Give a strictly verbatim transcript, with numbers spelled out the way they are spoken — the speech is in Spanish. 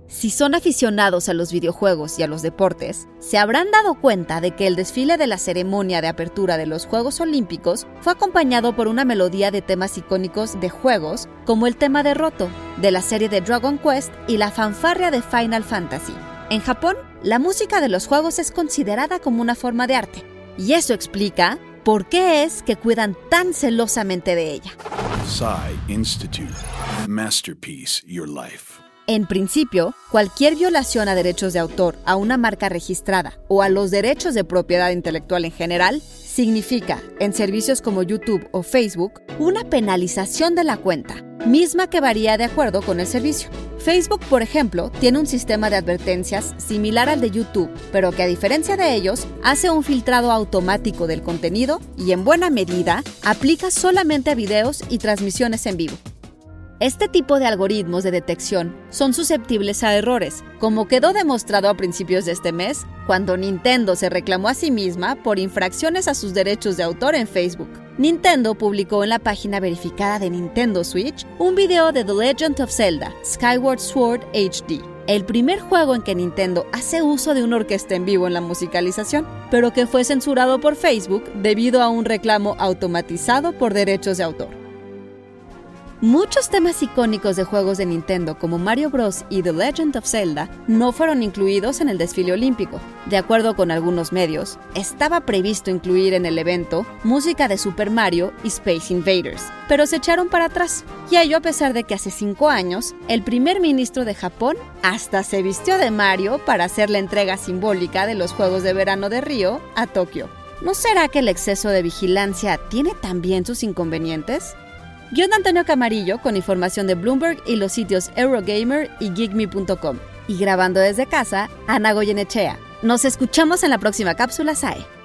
Si son aficionados a los videojuegos y a los deportes, se habrán dado cuenta de que el desfile de la ceremonia de apertura de los Juegos Olímpicos fue acompañado por una melodía de temas icónicos de juegos, como el tema de Roto, de la serie de Dragon Quest y la fanfarria de Final Fantasy. En Japón, la música de los juegos es considerada como una forma de arte, y eso explica por qué es que cuidan tan celosamente de ella. Psy Institute. Masterpiece Your Life. En principio, cualquier violación a derechos de autor, a una marca registrada o a los derechos de propiedad intelectual en general, significa, en servicios como YouTube o Facebook, una penalización de la cuenta, misma que varía de acuerdo con el servicio. Facebook, por ejemplo, tiene un sistema de advertencias similar al de YouTube, pero que a diferencia de ellos, hace un filtrado automático del contenido y en buena medida aplica solamente a videos y transmisiones en vivo. Este tipo de algoritmos de detección son susceptibles a errores, como quedó demostrado a principios de este mes, cuando Nintendo se reclamó a sí misma por infracciones a sus derechos de autor en Facebook. Nintendo publicó en la página verificada de Nintendo Switch un video de The Legend of Zelda: Skyward Sword H D, el primer juego en que Nintendo hace uso de una orquesta en vivo en la musicalización, pero que fue censurado por Facebook debido a un reclamo automatizado por derechos de autor. Muchos temas icónicos de juegos de Nintendo como Mario Bros. Y The Legend of Zelda no fueron incluidos en el desfile olímpico. De acuerdo con algunos medios, estaba previsto incluir en el evento música de Super Mario y Space Invaders, pero se echaron para atrás. Y ello a pesar de que hace cinco años, el primer ministro de Japón hasta se vistió de Mario para hacer la entrega simbólica de los Juegos de Verano de Río a Tokio. ¿No será que el exceso de vigilancia tiene también sus inconvenientes? Guión de Antonio Camarillo, con información de Bloomberg y los sitios Eurogamer y Geekme punto com. Y grabando desde casa, Ana Goyenechea. Nos escuchamos en la próxima cápsula S A E.